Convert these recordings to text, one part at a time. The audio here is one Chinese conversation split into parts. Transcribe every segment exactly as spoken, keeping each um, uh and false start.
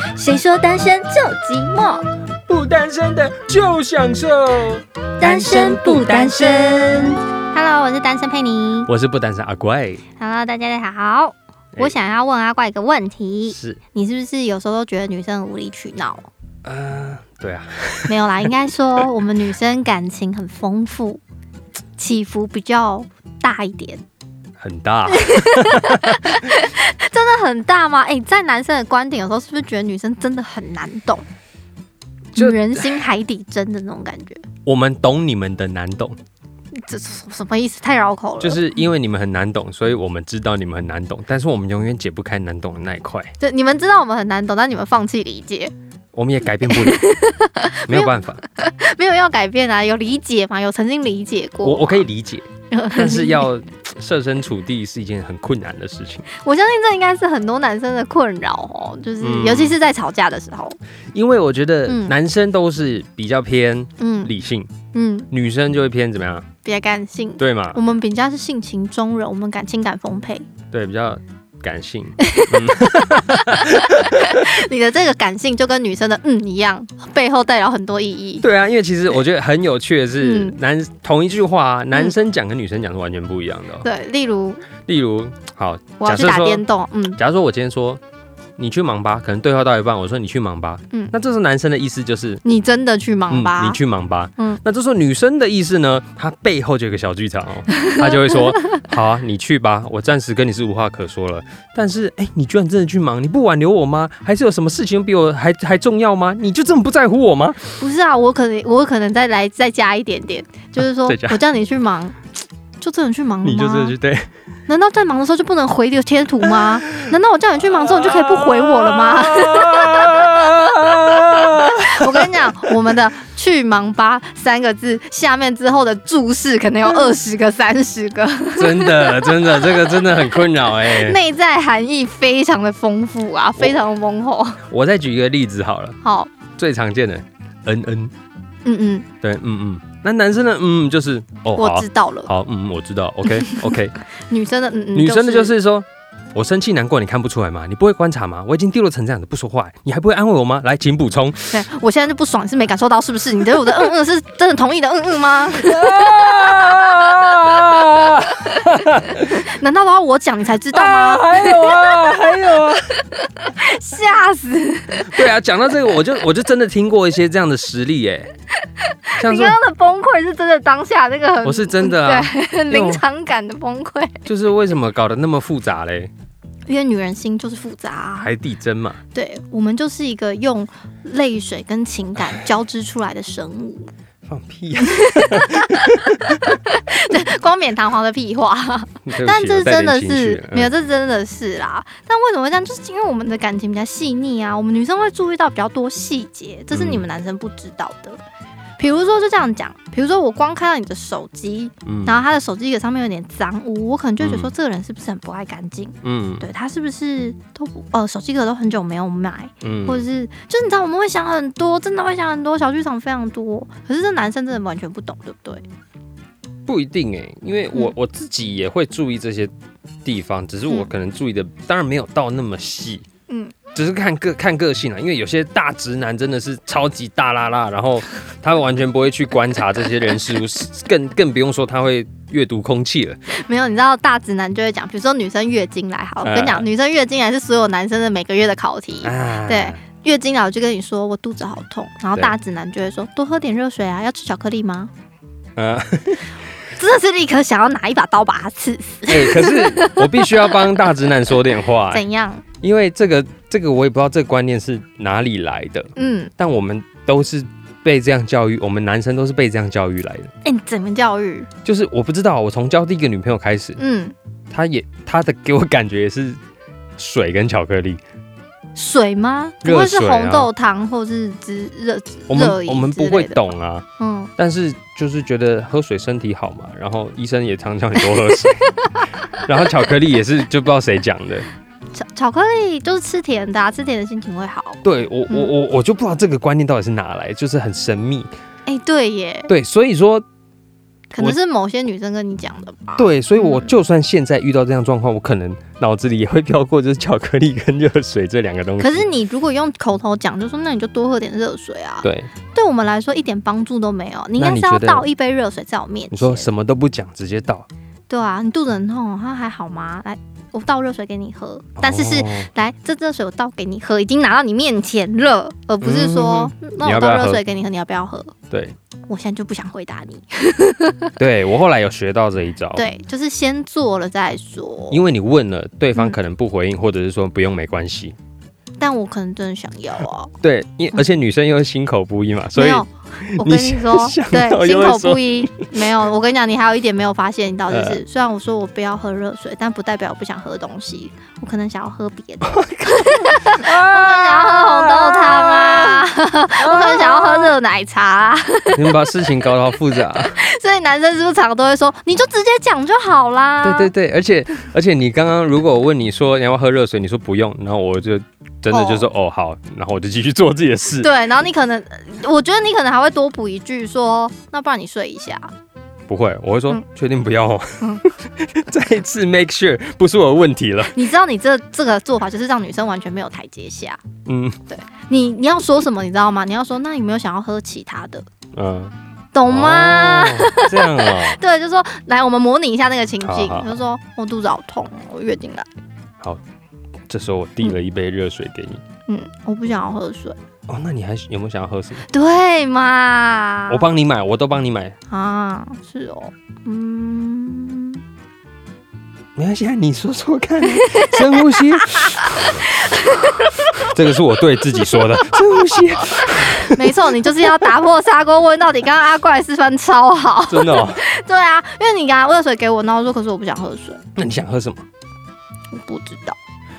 谁说单身就寂寞？ 不单身的就享受。 单身不单身 ？Hello， 我是单身佩妮， 我是不单身阿怪。 Hello， 大家好。我想要问阿怪一个问题， 是你是不是有时候都觉得女生很无理取闹？ 呃，对啊， 没有啦，应该说我们女生感情很丰富，起伏比较大一点。 很大， 真的很大吗？哎、欸，在男生的观点，有时候是不是觉得女生真的很难懂？女人心海底针的那种感觉。 我们懂你们的难懂， 这什么意思？太绕口了。 就是因为你们很难懂，所以我们知道你们很难懂，但是我们永远解不开难懂的那一块。 对，你们知道我们很难懂，但你们放弃理解， 我们也改变不了，没有办法， 没有要改变啊，有理解吗？有曾经理解过， 我我可以理解，但是要设身处地是一件很困难的事情。 我相信这应该是很多男生的困扰哦，就是尤其是在吵架的时候， 嗯、因为我觉得男生都是比较偏理性，嗯，嗯女生就会偏怎么样？ 比较感性， 对嘛？ 我们比较是性情中人，我们感情感丰沛， 对，比较感性。 嗯、你的这个感性就跟女生的嗯一样，背后代表很多意义。 对啊，因为其实我觉得很有趣的是，嗯、男同一句话、啊，男生讲跟女生讲是完全不一样的、哦。 对，例如，例如，好， 我要去打电动，嗯， 假如说我今天说你去忙吧，可能对话到一半，我说你去忙吧，嗯，那这时候男生的意思就是你真的去忙吧， 嗯、你去忙吧，嗯，那这时候女生的意思呢，她背后就有一个小剧场哦，她就会说，好啊，你去吧，我暂时跟你是无话可说了，但是哎、欸，你居然真的去忙，你不挽留我吗？还是有什么事情比我还还重要吗？你就这么不在乎我吗？ 不是啊，我可能我可能再来再加一点点，就是说、啊、我叫你去忙。就真的去忙了吗？ 你就真的去对？ 难道在忙的时候就不能回个贴图吗？难道我叫你去忙之后你就可以不回我了吗？我跟你讲，我们的“去忙吧”三个字下面之后的注释可能有二十个、三十个。 真的，真的，这个真的很困扰哎。 内在含义非常的丰富啊，非常的丰厚。 我再举一个例子好了。 好， 最常见的嗯嗯， 嗯嗯， 对，嗯嗯。那男生的嗯就是哦， 我知道了， 好，嗯，我知道 ，OK OK。 女生的嗯嗯， 女生的就是说，我生气难过，你看不出来吗？你不会观察吗？我已经低落成这样子，不说话，你还不会安慰我吗？来，请补充。 对，我现在就不爽，你是没感受到是不是？你对我的嗯嗯是真的同意的嗯嗯吗？难道都要我讲你才知道吗？ 啊、还有啊，还有啊， 吓死！ 对啊，讲到这个，我就我就真的听过一些这样的实例哎。 你刚刚的崩溃是真的当下那个很， 我是真的啊， 对，很临场感的崩溃。 就是为什么搞得那么复杂嘞？ 因为女人心就是复杂、啊， 海底针嘛。 对，我们就是一个用泪水跟情感交织出来的生物。 放屁啊！ 对，冠冕堂皇的屁话。但这真的是、嗯、没有，这真的是啦。但为什么会这样？就是因为我们的感情比较细腻啊，我们女生会注意到比较多细节，这是你们男生不知道的。比如说，就这样讲，比如说我光看到你的手机，嗯、然后他的手机壳上面有点脏污，我可能就会觉得说，这个人是不是很不爱干净？嗯，对他是不是都不呃手机壳都很久没有买，嗯、或者是就是你知道我们会想很多，真的会想很多，小剧场非常多。可是这男生真的完全不懂，对不对？ 不一定哎、欸，因为我、嗯、我自己也会注意这些地方，只是我可能注意的、嗯、当然没有到那么细。嗯。只是看个看个性啊，因为有些大直男真的是超级大拉拉，然后他完全不会去观察这些人事物，更更不用说他会阅读空气了。 没有，你知道大直男就会讲，比如说女生月经来，好，我跟你讲，女生月经来是所有男生的每个月的考题，啊、对，月经来我就跟你说我肚子好痛，然后大直男就会说多喝点热水啊，要吃巧克力吗？啊。真的是立刻想要拿一把刀把他刺死。 哎、欸，可是我必须要帮大直男说点话、欸。 怎样？ 因为这个这个我也不知道这个观念是哪里来的。嗯，但我们都是被这样教育，我们男生都是被这样教育来的。 哎、欸，你怎么教育？ 就是我不知道，我从交第一个女朋友开始，嗯，她也她的给我感觉也是水跟巧克力。 水吗？不会是红豆汤或是汁热我们我们不会懂啊，嗯，但是就是觉得喝水身体好嘛，然后医生也常叫你多喝水，然后巧克力也是就不知道谁讲的， 巧巧克力就是吃甜的、啊，吃甜的心情会好。 对我、嗯、我我我就不知道这个观念到底是哪来，就是很神秘。 哎、欸，对耶， 对，所以说可能是某些女生跟你讲的吧。 对，所以我就算现在遇到这样状况，我可能脑子里也会飘过就是巧克力跟热水这两个东西。 可是你如果用口头讲，就说那你就多喝点热水啊。 对， 对我们来说一点帮助都没有。你应该是要倒一杯热水在我面前。 你说什么都不讲，直接倒。 对啊，你肚子很痛，他还好吗？来，我倒热水给你喝，但是是、哦、来这热水我倒给你喝，已经拿到你面前了，而不是说、嗯、那我倒热水给你喝，你要不要喝？ 对， 我现在就不想回答你。 对，我后来有学到这一招， 对，就是先做了再说。 因为你问了，对方可能不回应，嗯、或者是说不用没关系。 但我可能真的想要啊。 对，因而且女生又心口不一嘛，所以我跟你说，对，心口不一。没有，我跟你讲，你还有一点没有发现，你到底是、呃、虽然我说我不要喝热水，但不代表我不想喝东西，我可能想要喝别的。我可能想要喝红豆汤啊，我可能想要喝热奶茶、啊。 你们把事情搞到复杂。 所以男生是不是常都会说，你就直接讲就好啦？ 对对对，而且而且你刚刚如果我问你说你要不要喝热水，你说不用，然后我就真的就说 哦, 哦好，然后我就继续做自己的事。 对，然后你可能，我觉得你可能还会多补一句说，那不然你睡一下。 不会，我会说确、嗯、定不要哦。嗯、再一次 make sure 不是我的问题了。 你知道你这这个做法就是让女生完全没有台阶下。嗯，对，你你要说什么你知道吗？你要说那有没有想要喝其他的？嗯。懂吗？ 哦、这样哦。 对，就说来，我们模拟一下那个情境。就说我肚子好痛，我月经来。 好，这时候我递了一杯热水给你。 嗯，我不想要喝水。 哦，那你还有没有想要喝什么？ 对嘛？ 我帮你买，我都帮你买。 啊，是哦。嗯， 没关系，你说说看，深呼吸。这个是我对自己说的，深呼吸。 没错，你就是要打破砂锅问到底。刚刚阿怪示范超好， 真的、哦。 对啊，因为你刚刚热水给我，然后我说可是我不想喝水。 那你想喝什么？ 我不知道。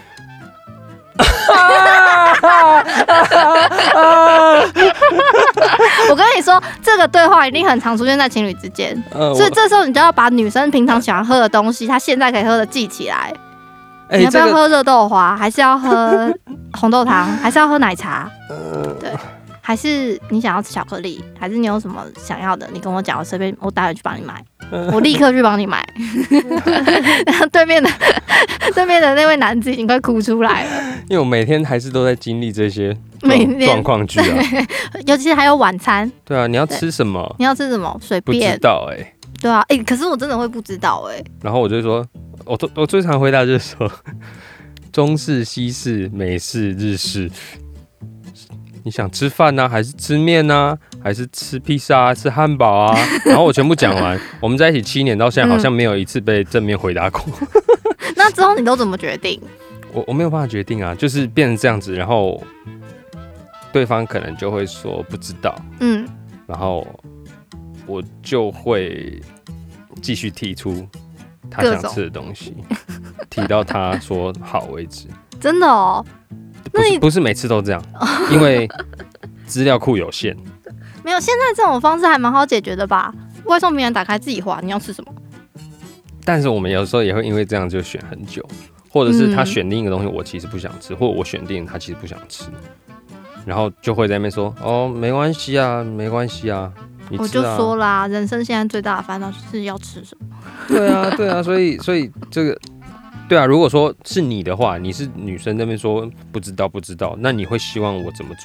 我跟你说，这个对话一定很常出现在情侣之间、呃，所以这时候你就要把女生平常喜欢喝的东西，她现在可以喝的记起来。欸、你要不要喝热豆花、這個？还是要喝红豆汤？还是要喝奶茶？呃、对，还是你想要吃巧克力？还是你有什么想要的？你跟我讲，我随便，我待会去帮你买，我立刻去帮你买。然后对面的对面的那位男子已经快哭出来了， 因为我每天还是都在经历这些状况剧啊， 尤其是还有晚餐。 对啊，你要吃什么？ 你要吃什么？随便。 不知道哎、欸。 对啊，哎、欸，可是我真的会不知道哎、欸。 然后我就说。我, 我最常回答就是说，中式、西式、美式、日式，你想吃饭呢、啊，还是吃面呢、啊，还是吃披萨、啊、吃汉堡啊？然后我全部讲完，我们在一起七年到现在，好像没有一次被正面回答过。 嗯、那之后你都怎么决定？ 我我没有办法决定啊，就是变成这样子，然后对方可能就会说不知道，嗯，然后我就会继续提出。他想吃的东西，提到他说好为止。 真的哦？ 不是不是每次都这样，因为资料库有限。 没有，现在这种方式还蛮好解决的吧？外送平台打开自己划，你要吃什么？ 但是我们有时候也会因为这样就选很久，或者是他选另一个东西，我其实不想吃，或者我选定他其实不想吃，然后就会在那边说哦，没关系啊，没关系啊。啊、 我就说啦，人生现在最大的烦恼就是要吃什么。 对啊，对啊，所以所以这个，对啊，如果说是你的话，你是女生那边说不知道不知道，那你会希望我怎么做？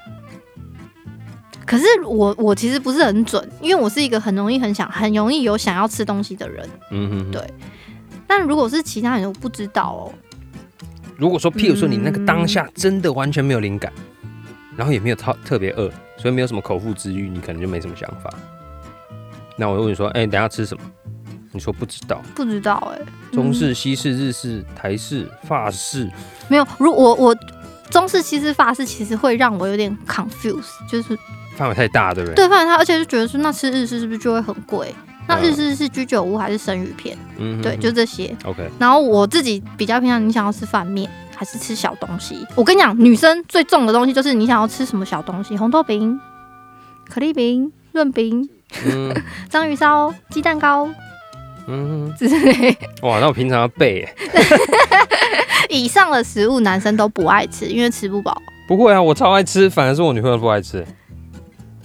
可是我我其实不是很准，因为我是一个很容易很想很容易有想要吃东西的人。嗯哼哼，对。但如果是其他人，我不知道哦。 如果说，譬如说你那个当下真的完全没有灵感。然后也没有特特别饿，所以没有什么口腹之欲，你可能就没什么想法。那我会问你说，哎、欸，等一下吃什么？你说不知道， 不知道哎、欸。 中式、西式、日式、台式、法式， 没有。如我我中式、西式、法式，其实会让我有点 confuse， 就是范围太大，对不对？ 对，范围太大，而且就觉得说，那吃日式是不是就会很贵？那日式是居酒屋还是生鱼片？嗯，对，就这些。 OK。 然后我自己比较偏向，你想要吃饭面还是吃小东西？我跟你讲，女生最重的东西就是你想要吃什么小东西，红豆饼、可丽饼、润饼、嗯、章鱼烧、鸡蛋糕，嗯，之类。 哇，那我平常要背耶。 以上的食物男生都不爱吃，因为吃不饱。 不会啊，我超爱吃，反而是我女朋友不爱吃。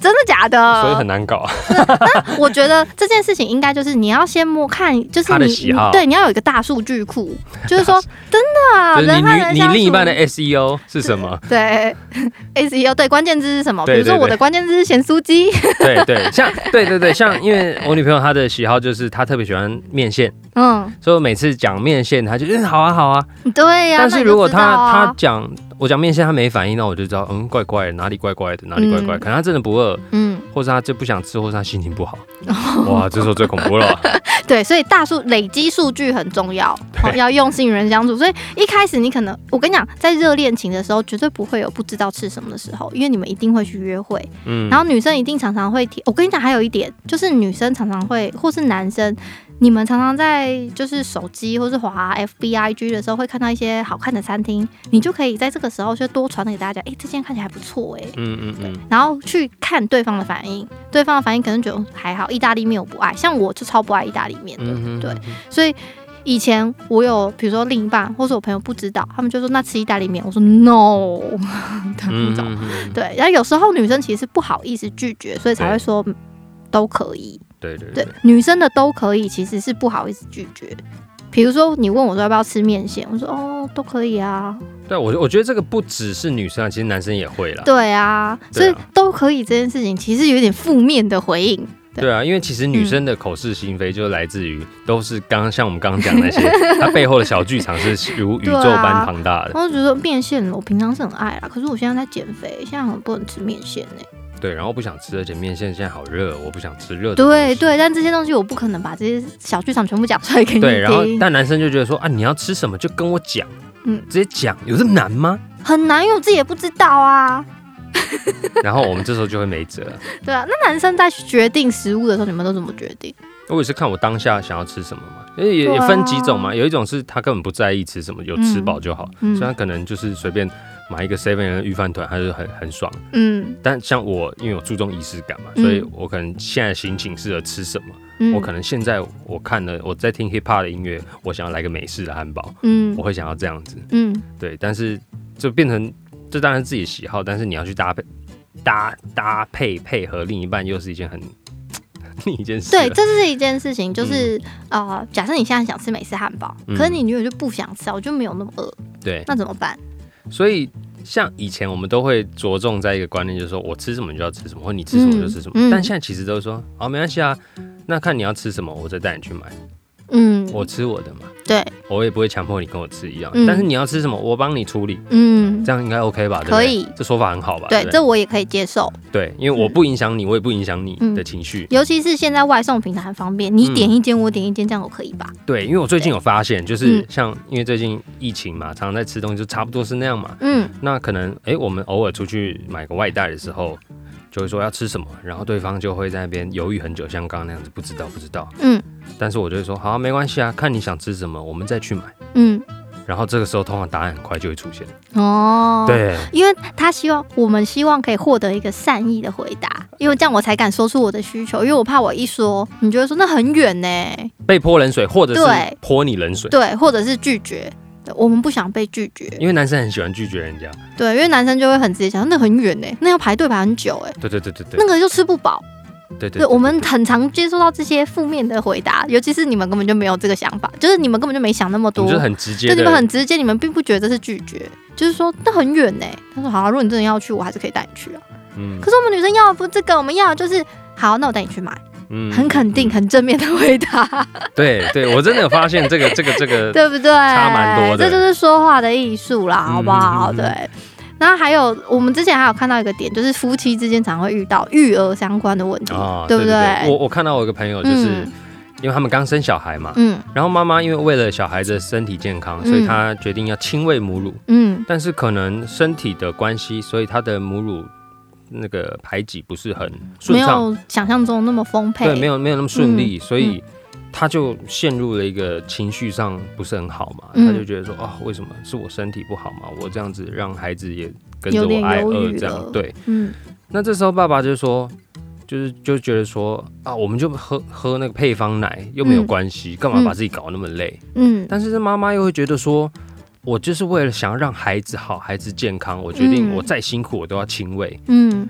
真的假的？ 所以很难搞啊。 那我觉得这件事情应该就是你要先摸看，就是他的喜好， 对，你要有一个大数据库，就是说真的啊， 就是你你另一半的 S E O 是什么？ 对 ，S E O 对，关键字是什么？比如说我的关键字是咸酥鸡。 对对，像对对对，像因为我女朋友她的喜好就是她特别喜欢面线，嗯，所以我每次讲面线，她就嗯好啊好啊， 对呀。 但是如果她她讲我讲面线，她没反应，那我就知道嗯怪怪的，哪里怪怪的，哪里怪怪的，可能她真的不饿，嗯，或者她就不想吃，或者她心情不好，哇，这时候最恐怖了。 对，所以大数累积数据很重要，哦，要用心与人相处。所以一开始你可能，我跟你讲，在热恋情的时候，绝对不会有不知道吃什么的时候，因为你们一定会去约会。嗯，然后女生一定常常会提。我跟你讲，还有一点就是女生常常会，或是男生，你们常常在就是手机或是滑 F B I G 的时候，会看到一些好看的餐厅，你就可以在这个时候就多传给大家，哎，欸，这间看起来还不错，哎，欸，嗯嗯嗯，然后去看对方的反应，对方的反应可能觉得还好，意大利面我不爱，像我就超不爱意大利面的，嗯，对，所以以前我有比如说另一半或是我朋友不知道，他们就说那吃意大利面，我说 no 的那种，对，然后有时候女生其实是不好意思拒绝，所以才会说都可以。 对对 对, 对， 女生的都可以，其实是不好意思拒绝。比如说你问我说要不要吃面线，我说哦都可以啊。 对，我我觉得这个不只是女生啊，其实男生也会啦。 对啊，所以都可以这件事情其实有点负面的回应。 对, 对啊，因为其实女生的口是心非就来自于都是刚刚像我们刚刚讲那些，它背后的小剧场是如宇宙般庞大的。 我觉得面线我平常是很爱啦，可是我现在在减肥，现在很不能吃面线呢，欸。 对，然后不想吃，而且面线现在好热，我不想吃热的。 对对，但这些东西我不可能把这些小剧场全部讲出来给你听。 对，然后但男生就觉得说啊，你要吃什么就跟我讲，嗯，直接讲，有这难吗？ 很难，因为我自己也不知道啊。 然后我们这时候就会没辙。 对啊，那男生在决定食物的时候，你们都怎么决定？ 我也是看我当下想要吃什么嘛，因为 也, 也分几种嘛，有一种是他根本不在意吃什么，有吃饱就好，嗯，所以他可能就是随便买一个 seven 的御饭团，他就很很爽。嗯，但像我，因为我注重仪式感嘛，所以我可能现在心情适合吃什么，嗯，我可能现在我看了我在听 hip hop 的音乐，我想要来个美式的汉堡，嗯，我会想要这样子，嗯，对，但是就变成这当然是自己的喜好，但是你要去搭配搭搭配配合另一半，又是一件很。另一件事， 对，这是一件事情，就是、嗯、呃，假设你现在想吃美式汉堡，嗯，可是你女友就不想吃，我就没有那么饿， 对， 那怎么办？ 所以像以前我们都会着重在一个观念，就是说我吃什么你就要吃什么，或你吃什么就吃什么，嗯，但现在其实都是说，哦，没关系啊，那看你要吃什么，我再带你去买。嗯，我吃我的嘛， 对， 我也不会强迫你跟我吃一样，嗯，但是你要吃什么，我帮你处理，嗯，这样应该 OK 吧？对不对？可以，这说法很好吧？ 对，对，这我也可以接受。 对，因为我不影响你，我也不影响你的情绪， 尤其是现在外送平台很方便，你点一间，我点一间，这样我可以吧？ 对，因为我最近有发现，就是像因为最近疫情嘛，常常在吃东西，就差不多是那样嘛，嗯，那可能哎，我们偶尔出去买个外带的时候。就会说要吃什么，然后对方就会在那边犹豫很久，像刚刚那样子，不知道不知道。嗯，但是我就会说好，啊，没关系啊，看你想吃什么，我们再去买。嗯，然后这个时候通常答案很快就会出现。哦，对， 因为他希望我们希望可以获得一个善意的回答，因为这样我才敢说出我的需求，因为我怕我一说，你就会说那很远呢， 被泼冷水，或者是泼你冷水， 对，或者是拒绝。我们不想被拒绝， 因为男生很喜欢拒绝人家。 对，因为男生就会很直接讲，那很远呢，那要排队排很久哎。 对对对对对， 那个就吃不饱。 对 对, 对, 对, 对, 对， 我们很常接受到这些负面的回答，尤其是你们根本就没有这个想法，就是你们根本就没想那么多， 就是很直接的， 对，你们很直接，你们并不觉得这是拒绝，就是说那很远呢。他说好，啊，如果你真的要去，我还是可以带你去啊。嗯，可是我们女生要的不是这个，我们要的就是好，那我带你去买。嗯，很肯定、很正面的回答。 对对，我真的有发现这个、这个、这个， 对不对？ 差蛮多的。 这就是说话的艺术啦，好不好？嗯、对。然后还有，我们之前还有看到一个点，就是夫妻之间常会遇到育儿相关的问题，哦、对不对？ 对对对，我我看到我有一个朋友，就是、嗯、因为他们刚生小孩嘛，嗯，然后妈妈因为为了小孩的身体健康，所以她决定要亲喂母乳，嗯，但是可能身体的关系，所以她的母乳。那个排挤不是很顺畅， 没有想象中那么丰沛， 对，没有没有那么顺利，嗯、所以他就陷入了一个情绪上不是很好嘛，嗯、他就觉得说哦，为什么是我身体不好嘛？我这样子让孩子也跟着我挨饿，这样对，嗯。那这时候爸爸就说，就是就觉得说啊，我们就喝喝那个配方奶又没有关系，干嘛把自己搞那么累？嗯。但是妈妈又会觉得说。我就是为了想要让孩子好，孩子健康，我决定我再辛苦我都要亲喂。嗯，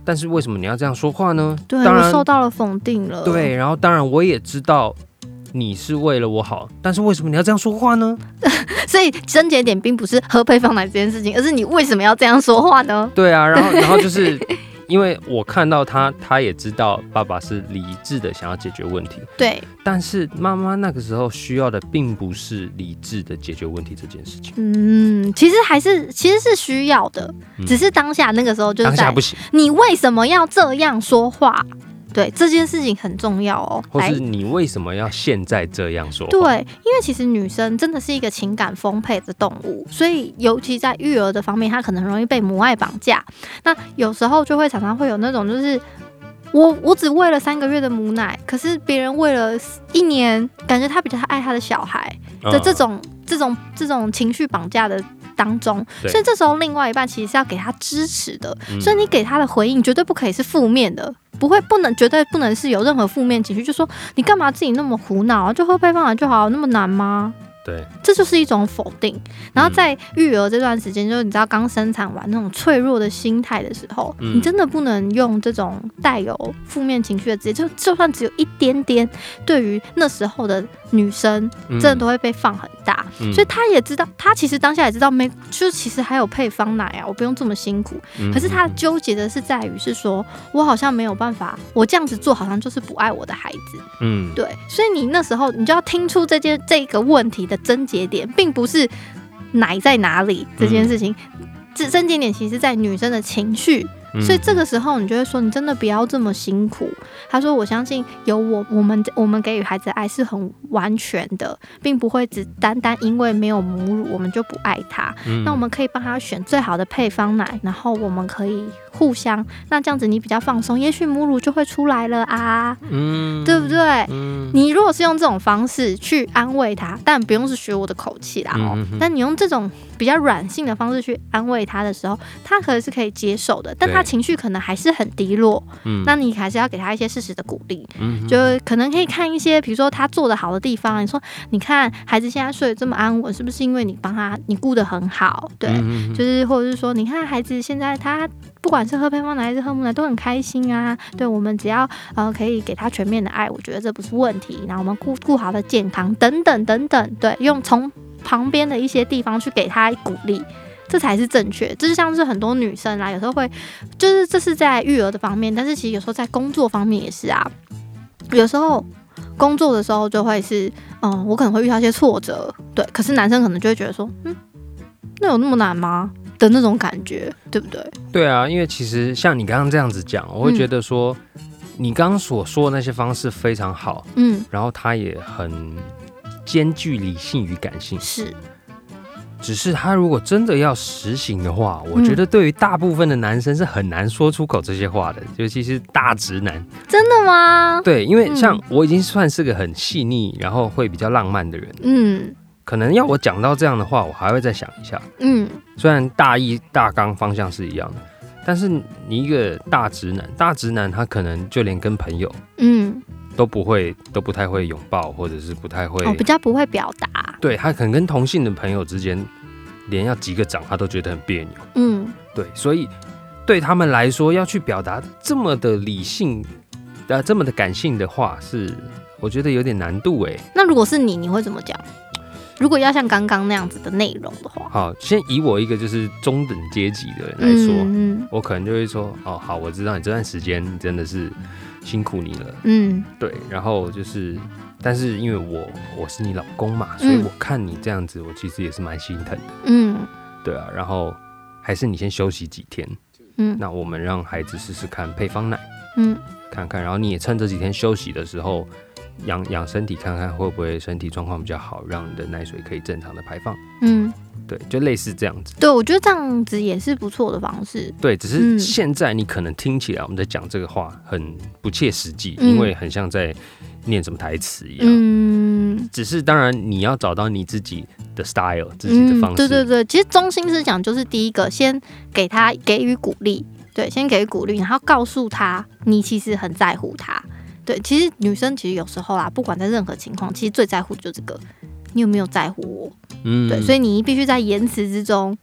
但是为什么你要这样说话呢？ 对，当然我受到了否定了。 对，然后当然我也知道你是为了我好，但是为什么你要这样说话呢？ 所以症结点并不是喝配方奶这件事情，而是你为什么要这样说话呢？ 对啊，然后然后就是因为我看到他，他也知道爸爸是理智的想要解决问题， 对， 但是妈妈那个时候需要的并不是理智的解决问题这件事情。 嗯，其实还是其实是需要的，嗯、只是当下那个时候就是在当下不行， 你为什么要这样说话？对，这件事情很重要哦。 或是你为什么要现在这样说话？ 对，因为其实女生真的是一个情感丰沛的动物，所以尤其在育儿的方面，她可能容易被母爱绑架。那有时候就会常常会有那种，就是我我只喂了三个月的母奶，可是别人喂了一年，感觉他比较爱他的小孩的这种、嗯、这种这种情绪绑架的当中，所以这时候另外一半其实是要给他支持的，嗯、所以你给他的回应绝对不可以是负面的。不会，不能，绝对不能是有任何负面情绪，就说你干嘛自己那么苦恼啊？就喝配方奶就好，那么难吗？ 对， 这就是一种否定。然后在育儿这段时间，就是你知道刚生产完那种脆弱的心态的时候，嗯、你真的不能用这种带有负面情绪的字，就就算只有一点点，对于那时候的女生，真的都会被放很大。嗯、所以她也知道，她其实当下也知道没，就是其实还有配方奶啊，我不用这么辛苦。嗯、可是她纠结的是在于是说，我好像没有办法，我这样子做好像就是不爱我的孩子。嗯，对，所以你那时候你就要听出这件这个问题的症结点，并不是奶在哪里这件事情，症症结点其实在女生的情绪。所以这个时候你就会说，你真的不要这么辛苦。他说我相信有我我们我们给予孩子的爱是很完全的，并不会只单单因为没有母乳我们就不爱他。嗯、那我们可以帮他选最好的配方奶，然后我们可以互相，那这样子你比较放松，也许母乳就会出来了啊，嗯、对不对？嗯、你如果是用这种方式去安慰他，但不用是学我的口气啦哦，嗯、但你用这种比较软性的方式去安慰他的时候，他可能是可以接受的，但他情绪可能还是很低落，嗯、那你还是要给他一些适时的鼓励，嗯、就可能可以看一些，比如说他做得好的地方，你说你看孩子现在睡得这么安稳，是不是因为你帮他你顾得很好？对，嗯、就是或者是说，你看孩子现在他不管是喝配方奶还是喝母奶都很开心啊，对，我们只要呃可以给他全面的爱，我觉得这不是问题，然后我们顾顾好的健康等等等等，对，用从旁边的一些地方去给他鼓励。这才是正确，这就像是很多女生啦，有时候会，就是这是在育儿的方面，但是其实有时候在工作方面也是啊。有时候工作的时候就会是，嗯，我可能会遇到一些挫折，对，可是男生可能就会觉得说，嗯，那有那么难吗？的那种感觉，对不对？ 对啊，因为其实像你刚刚这样子讲，我会觉得说，嗯、你刚刚所说的那些方式非常好，嗯，然后他也很兼具理性与感性， 是。 只是他如果真的要实行的话，我觉得对于大部分的男生是很难说出口这些话的，尤其是大直男。 真的吗？ 对，因为像我已经算是个很细腻，然后会比较浪漫的人。嗯，可能要我讲到这样的话，我还会再想一下。嗯，虽然大意大纲方向是一样的，但是你一个大直男，大直男他可能就连跟朋友，嗯。都不会，都不太会拥抱，或者是不太会， 哦，比较不会表达。 对，他可能跟同性的朋友之间，连要击个掌，他都觉得很别扭。嗯，对，所以对他们来说，要去表达这么的理性，呃，这么的感性的话，是我觉得有点难度哎。 那如果是你，你会怎么讲？如果要像刚刚那样子的内容的话， 好，先以我一个就是中等阶级的人来说，嗯嗯我可能就会说，哦，好，我知道你这段时间真的是辛苦你了，嗯，对，然后就是，但是因为我我是你老公嘛，所以我看你这样子，我其实也是蛮心疼的，嗯，对啊，然后还是你先休息几天，嗯，那我们让孩子试试看配方奶，嗯，看看，然后你也趁这几天休息的时候。养养身体，看看会不会身体状况比较好，让你的奶水可以正常的排放。嗯，对，就类似这样子。 对，我觉得这样子也是不错的方式。 对，只是现在你可能听起来我们在讲这个话很不切实际，嗯、因为很像在念什么台词一样。嗯，只是当然你要找到你自己的 style， 自己的方式。嗯、 对对对，其实中心思想就是第一个，先给他给予鼓励，对，先给予鼓励，然后告诉他你其实很在乎他。对，其实女生其实有时候啦，不管在任何情况，其实最在乎的就是这个，你有没有在乎我？嗯，对，所以你必须在言辞之中，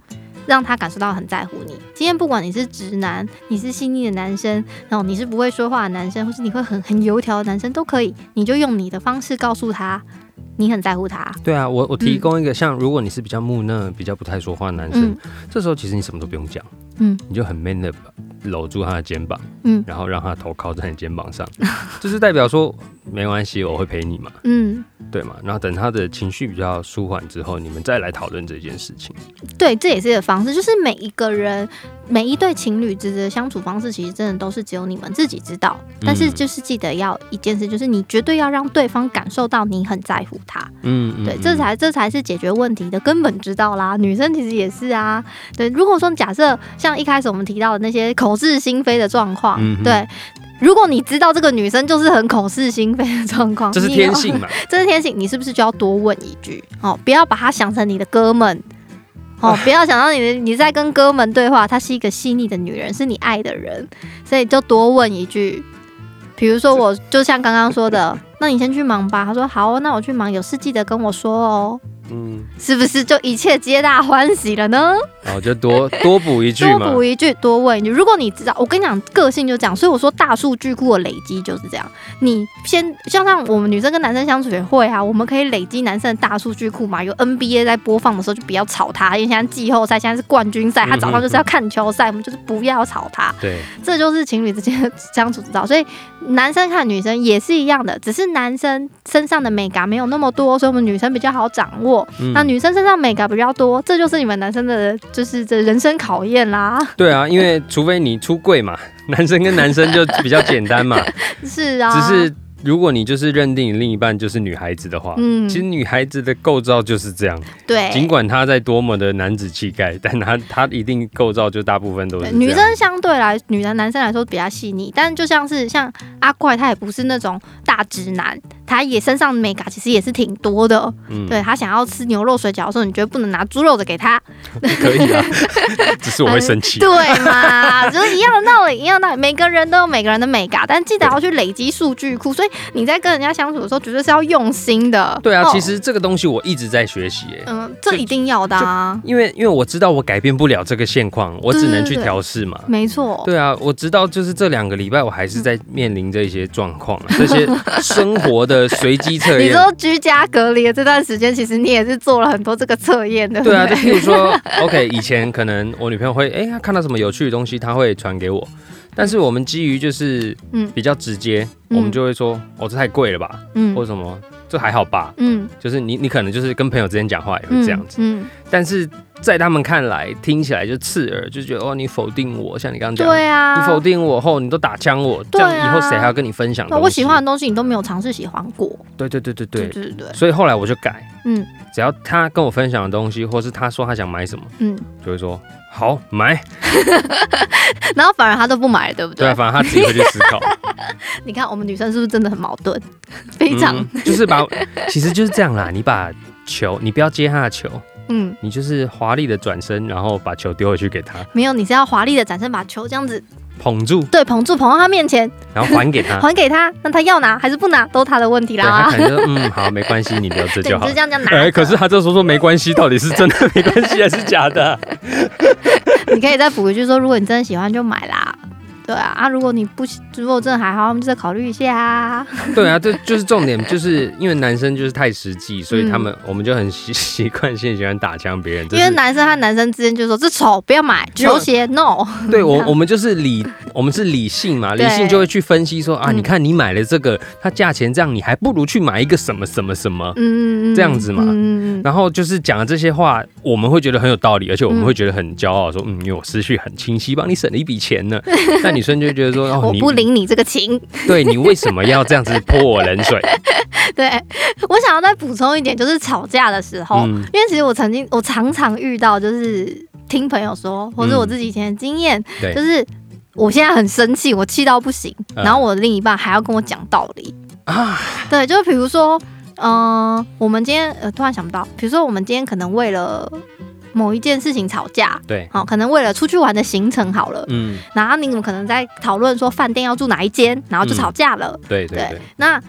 让他感受到很在乎你。今天不管你是直男，你是细腻的男生，然后你是不会说话的男生，或是你会很很油条的男生都可以，你就用你的方式告诉他你很在乎他。 对啊，我我提供一个、嗯、像如果你是比较木讷、比较不太说话的男生、嗯，这时候其实你什么都不用讲，嗯，你就很 man 的搂住他的肩膀，嗯，然后让他头靠在你肩膀上，就是代表说没关系，我会陪你嘛，嗯，对嘛。然后等他的情绪比较舒缓之后，你们再来讨论这件事情。 对，这也是一个方式，就是每一个人、每一对情侣之间的相处方式，其实真的都是只有你们自己知道。但是就是记得要一件事，就是你绝对要让对方感受到你很在乎他。嗯，嗯对，这才这才是解决问题的根本之道啦。女生其实也是啊。对，如果说假设像一开始我们提到的那些口是心非的状况，嗯、对。如果你知道这个女生就是很口是心非的状况， 这是天性嘛？ 这是天性，你是不是就要多问一句？哦，不要把她想成你的哥们，哦，不要想到你的你在跟哥们对话，她是一个细腻的女人，是你爱的人，所以就多问一句。比如说，我就像刚刚说的，那你先去忙吧。他说好、哦，那我去忙，有事记得跟我说哦。嗯，是不是就一切皆大欢喜了呢？ 然后就多多补一句嘛， 多补一句，多问一句。如果你知道，我跟你讲，个性就这样，所以我说大数据库的累积就是这样。你先像像我们女生跟男生相处也会啊，我们可以累积男生的大数据库嘛。有 N B A 在播放的时候就不要吵他，因为现在季后赛，现在是冠军赛，他早上就是要看球赛，我们就是不要吵他。对，这就是情侣之间的相处之道。所以男生看女生也是一样的，只是男生身上的美感没有那么多，所以我们女生比较好掌握。嗯、那女生身上美感比较多，这就是你们男生的，就是这人生考验啦。 对啊，因为除非你出柜嘛，男生跟男生就比较简单嘛。 是啊， 只是如果你就是认定你另一半就是女孩子的话，嗯，其实女孩子的构造就是这样。对，尽管她在多么的男子气概，但她她一定构造就大部分都是这样。 女生相对来，女男男生来说比较细腻，但就像是像阿怪，他也不是那种大直男，他也身上美感其实也是挺多的。嗯，对他想要吃牛肉水饺的时候，你觉得不能拿猪肉的给他？ 可以啊，只是我会生气。 对嘛，就是一样的道理，一样的道理。每个人都有每个人的美感，但记得要去累积数据库，所以你在跟人家相处的时候，绝对是要用心的。 对啊，哦、其实这个东西我一直在学习、欸。 嗯，这一定要的啊。 因为因为我知道我改变不了这个现况，我只能去调试嘛。 没错。 对啊，我知道就是这两个礼拜我还是在面临这些状况、啊，这些生活的随机测验。 你说居家隔离的这段时间，其实你也是做了很多这个测验的。 对啊，就譬如说 ，OK， 以前可能我女朋友会，哎、欸，她看到什么有趣的东西，她会传给我。但是我们基于就是比较直接，嗯、我们就会说，哦，这太贵了吧，嗯，或者什么，这还好吧，嗯，就是你你可能就是跟朋友之间讲话也会这样子，嗯，嗯但是在他们看来听起来就刺耳，就觉得哦，你否定我，像你刚刚讲， 对啊， 你否定我后，你都打枪我，这样以后谁还要跟你分享东西？ 我喜欢的东西你都没有尝试喜欢过， 对对对对对对对对，所以后来我就改，嗯，只要他跟我分享的东西，或是他说他想买什么，嗯，就会说。好买， 然后反而他都不买了，对不对？ 对啊，反而他自己会去思考。 你看我们女生是不是真的很矛盾？非常、 嗯，就是把，其实就是这样啦。你把球，你不要接他的球，嗯，你就是华丽的转身，然后把球丢回去给他。 没有，你是要华丽的转身，把球这样子。 捧住， 对，捧住，捧到他面前， 然后还给他， 还给他，那他要拿还是不拿，都是他的问题啦。 他可能就说嗯，好，没关系，你留着就好。 就这样这样拿。 哎、欸，可是他这时候说没关系，到底是真的没关系还是假的、啊？ 你可以再补一句说，如果你真的喜欢就买啦。对啊，啊，如果你不，如果真的还好，我们就再考虑一下啊。 对啊，这就是重点，就是因为男生就是太实际，所以他们、嗯、我们就很习习惯性喜欢打枪别人。 因为男生和男生之间就说这丑不要买，球鞋 no。 对我我们就是理，我们是理性嘛，理性就会去分析说啊，你看你买了这个，它价钱这样，你还不如去买一个什么什么什么，嗯，这样子嘛。嗯、然后就是讲了这些话，我们会觉得很有道理，而且我们会觉得很骄傲，说嗯，因为我思绪很清晰，帮你省了一笔钱呢。但女生就会觉得说，哦， 我不领你这个情， 对你为什么要这样子泼我冷水？ 对，我想要再补充一点，就是吵架的时候，嗯、因为其实我曾经我常常遇到，就是听朋友说，或者我自己以前的经验，嗯、就是我现在很生气，我气到不行，嗯、然后我的另一半还要跟我讲道理啊。对，就比如说，嗯、呃，我们今天呃突然想不到，比如说我们今天可能为了。某一件事情吵架， 对， 好、哦，可能为了出去玩的行程好了，嗯，然后你们可能在讨论说饭店要住哪一间，然后就吵架了， 嗯、对对 对, 對。 那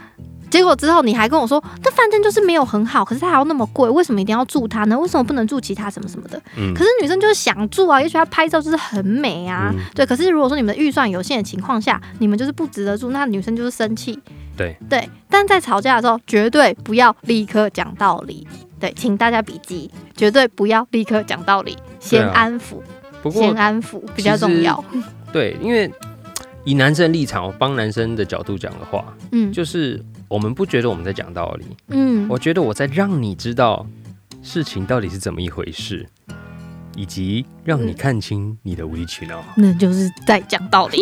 结果之后你还跟我说，那饭店就是没有很好，可是它还要那么贵，为什么一定要住它呢？为什么不能住其他什么什么的？嗯，可是女生就是想住啊，也许她拍照就是很美啊，嗯、对。可是如果说你们的预算有限的情况下，你们就是不值得住，那女生就是生气。 对对，但在吵架的时候，绝对不要立刻讲道理。对，请大家笔记，绝对不要立刻讲道理，先安抚，啊、先安抚比较重要。 对，因为以男生的立场，我帮男生的角度讲的话，嗯，就是我们不觉得我们在讲道理，嗯，我觉得我在让你知道事情到底是怎么一回事，以及让你看清你的无理取闹， 那就是在讲道理。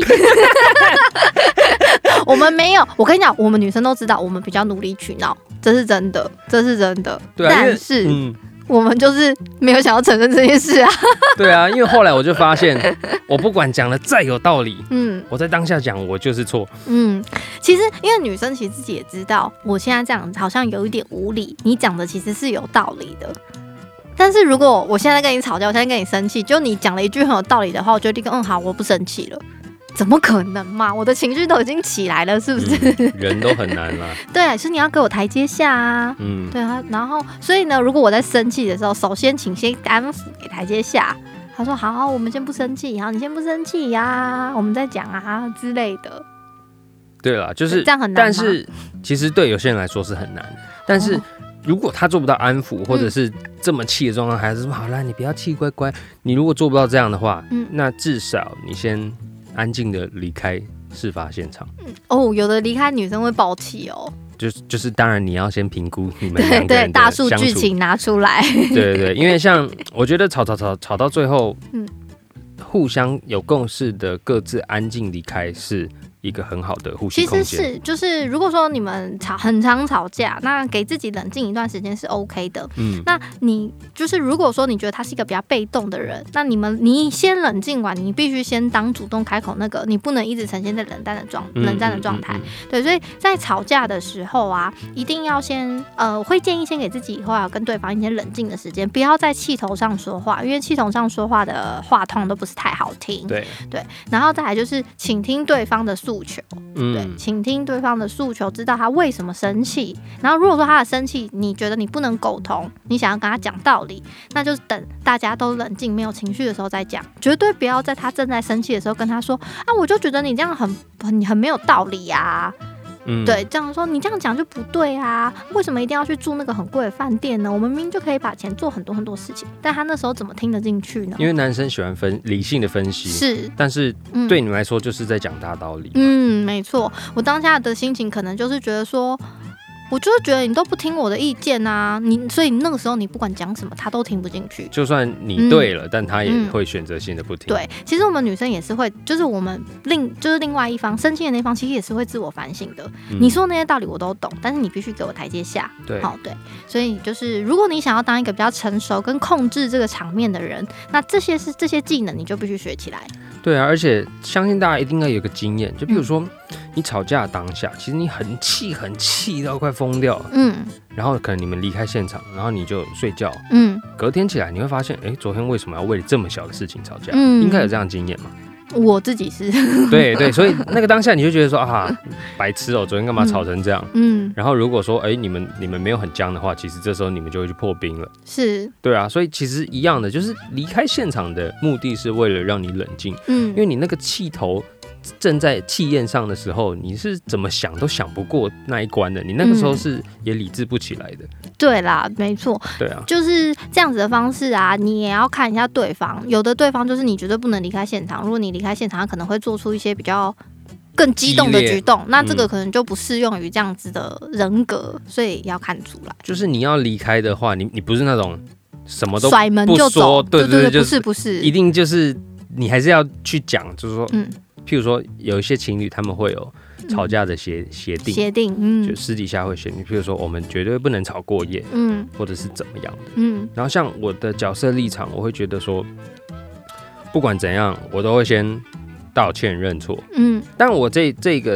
我们没有，我跟你讲，我们女生都知道，我们比较努力取闹，这是真的，这是真的。 对啊， 但是、嗯、我们就是没有想要承认这件事啊。 对啊，因为后来我就发现，我不管讲的再有道理，嗯，我在当下讲我就是错。 嗯，其实因为女生其实自己也知道，我现在这样好像有一点无理，你讲的其实是有道理的。但是如果我现在跟你吵架，我现在跟你生气，就你讲了一句很有道理的话，我就立刻嗯好，我不生气了。怎么可能嘛？我的情绪都已经起来了，是不是？ 嗯、人都很难啦。 对啊，所以你要给我台阶下啊。嗯，对啊。然后，所以呢，如果我在生气的时候，首先请先安抚，给台阶下。他说：“好，我们先不生气，好，你先不生气呀、啊，我们再讲啊之类的。” 对啦，就是这样很难。 但是其实对有些人来说是很难，但是。哦如果他做不到安抚，或者是这么气的状况，还是说好啦，你不要气，乖乖。你如果做不到这样的话，嗯、那至少你先安静的离开事发现场。 嗯、哦，有的离开女生会爆气哦。 就就是当然你要先评估你们两个人的相处，对对， 大数剧情拿出来。 对对对，因为像我觉得吵吵吵吵到最后，嗯，互相有共识的各自安静离开是。一个很好的呼吸空间。 其实是，就是如果说你们吵很常吵架，那给自己冷静一段时间是 OK 的。嗯，那你就是如果说你觉得他是一个比较被动的人，那你们你先冷静完，你必须先当主动开口那个，你不能一直呈现在冷淡的状冷战的状态。嗯嗯嗯嗯、对，所以在吵架的时候啊，一定要先呃，会建议先给自己以后要跟对方一些冷静的时间，不要在气头上说话，因为气头上说话的话通都不是太好听。 对对，然后再来就是倾听对方的诉求。嗯，对，倾听对方的诉求，知道他为什么生气。然后如果说他的生气，你觉得你不能沟通，你想要跟他讲道理，那就是等大家都冷静、没有情绪的时候再讲。绝对不要在他正在生气的时候跟他说啊，我就觉得你这样很很很没有道理啊。嗯，对，这样说你这样讲就不对啊！为什么一定要去住那个很贵的饭店呢？我们明明就可以把钱做很多很多事情，但他那时候怎么听得进去呢？ 因为男生喜欢分理性的分析， 是， 但是对你们来说就是在讲大道理。 嗯，没错，我当下的心情可能就是觉得说。我就是觉得你都不听我的意见啊，你所以那个时候你不管讲什么，他都听不进去。 就算你对了，嗯、但他也会选择性的不听。 对，其实我们女生也是会，就是我们另就是另外一方生气的那一方，其实也是会自我反省的。嗯、你说那些道理我都懂，但是你必须给我台阶下。 对， 好、哦、对，所以就是如果你想要当一个比较成熟跟控制这个场面的人，那这些是这些技能你就必须学起来。 对啊，而且相信大家一定要有个经验，就比如说、嗯、你吵架的当下，其实你很气很气到快疯掉了，嗯，然后可能你们离开现场，然后你就睡觉，嗯，隔天起来你会发现，哎，昨天为什么要为了这么小的事情吵架？嗯，应该有这样的经验嘛？ 我自己是， 对对，所以那个当下你就觉得说啊，白痴哦，昨天干嘛吵成这样？嗯，然后如果说哎你们你们没有很僵的话，其实这时候你们就会去破冰了。 是， 对啊，所以其实一样的，就是离开现场的目的是为了让你冷静，嗯，因为你那个气头正在气焰上的时候，你是怎么想都想不过那一关的，你那个时候是也理智不起来的。 嗯、对啦，没错， 对啊， 就是这样子的方式啊，你也要看一下对方，有的对方就是你绝对不能离开现场，如果你离开现场，他可能会做出一些比较更激动的举动，那这个可能就不适用于这样子的人格，嗯、所以要看出来。 就是你要离开的话，你你不是那种什么都甩门就走， 对对 对, 对， 不是不是， 一定就是你还是要去讲，就是说，嗯。譬如说，有一些情侣他们会有吵架的协协定， 协定，嗯， 就私底下会协定。譬如说，我们绝对不能吵过夜，嗯，或者是怎么样的，嗯。然后像我的角色立场，我会觉得说，不管怎样，我都会先道歉认错，嗯。但我这这个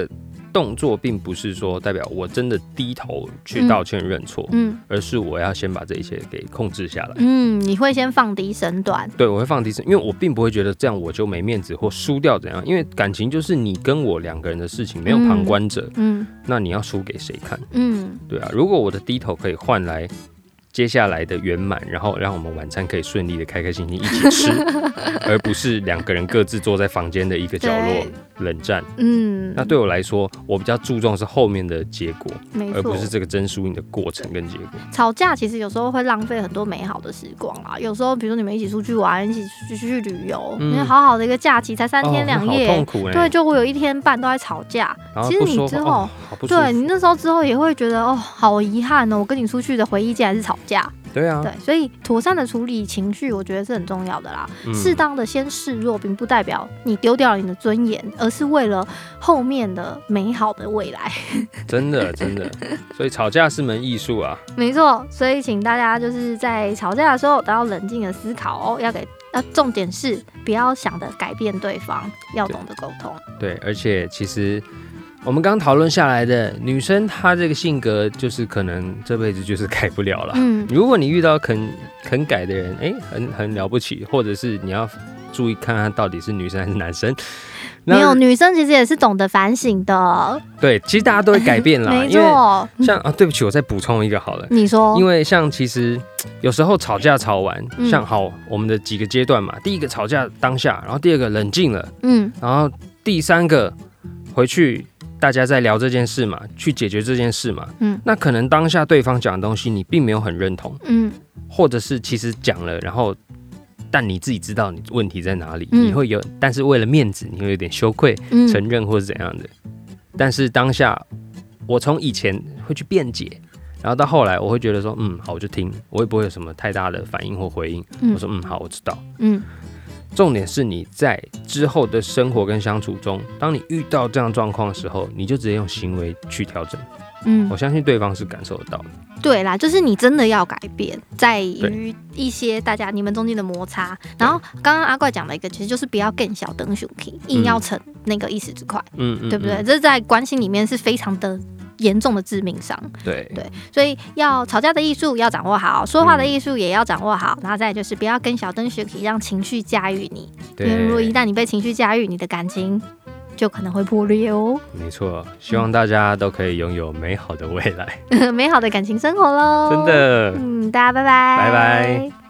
动作并不是说代表我真的低头去道歉认错，嗯，而是我要先把这一切给控制下来。 嗯，你会先放低身段。 对，我会放低身，因为我并不会觉得这样我就没面子或输掉怎样，因为感情就是你跟我两个人的事情，没有旁观者，嗯，那你要输给谁看？嗯，对啊，如果我的低头可以换来接下来的圆满，然后让我们晚餐可以顺利的开开心心一起吃，而不是两个人各自坐在房间的一个角落冷战。嗯，那对我来说，我比较注重是后面的结果，而不是这个争输赢的过程跟结果。 吵架其实有时候会浪费很多美好的时光啊。有时候，比如说你们一起出去玩，一起出去旅游，嗯、因为好好的一个假期才三天两夜， 哦、好痛苦欸。 对，就会有一天半都在吵架。其实你之后，哦、对你那时候之后也会觉得哦，好遗憾哦，我跟你出去的回忆竟然是吵架。 对啊， 对，所以妥善的处理情绪，我觉得是很重要的啦。嗯、适当的先示弱，并不代表你丢掉了你的尊严，而是为了后面的美好的未来。 真的，真的，所以吵架是门艺术啊。 没错，所以请大家就是在吵架的时候都要冷静的思考哦，要给。那重点是不要想着改变对方，要懂得沟通。 对，而且其实我们刚讨论下来的女生，她这个性格就是可能这辈子就是改不了了。嗯，如果你遇到肯肯改的人，哎、欸，很很了不起，或者是你要注意看看到底是女生还是男生。 没有，女生其实也是懂得反省的。 对，其实大家都会改变啦。 没错。 像啊，对不起，我再补充一个好了。 你说。 因为像其实有时候吵架吵完，嗯、像好我们的几个阶段嘛，第一个吵架当下，然后第二个冷静了，嗯，然后第三个回去大家在聊这件事嘛，去解决这件事嘛，嗯，那可能当下对方讲的东西你并没有很认同，嗯，或者是其实讲了，然后。但你自己知道你问题在哪里，嗯、你会有，但是为了面子，你会有点羞愧，嗯、承认或是怎样的。但是当下，我从以前会去辩解，然后到后来，我会觉得说，嗯，好，我就听，我也不会有什么太大的反应或回应。嗯、我说，嗯，好，我知道。嗯，重点是你在之后的生活跟相处中，当你遇到这样状况的时候，你就直接用行为去调整。嗯，我相信对方是感受得到的。 对啦，就是你真的要改变，在于一些大家你们中间的摩擦。然后刚刚阿怪讲了一个，其实就是不要更小灯熊 key， 硬要成那个一时之快，嗯嗯，对不对？嗯、这在关系里面是非常的严重的致命伤。 对对，所以要吵架的艺术要掌握好，说话的艺术也要掌握好，嗯、然后再来就是不要更小灯熊 key， 让情绪驾驭你。因为如果一旦你被情绪驾驭，你的感情就可能会破裂哦。 没错，希望大家都可以拥有美好的未来， 美好的感情生活喽。 真的， 嗯，大家拜拜， 拜拜。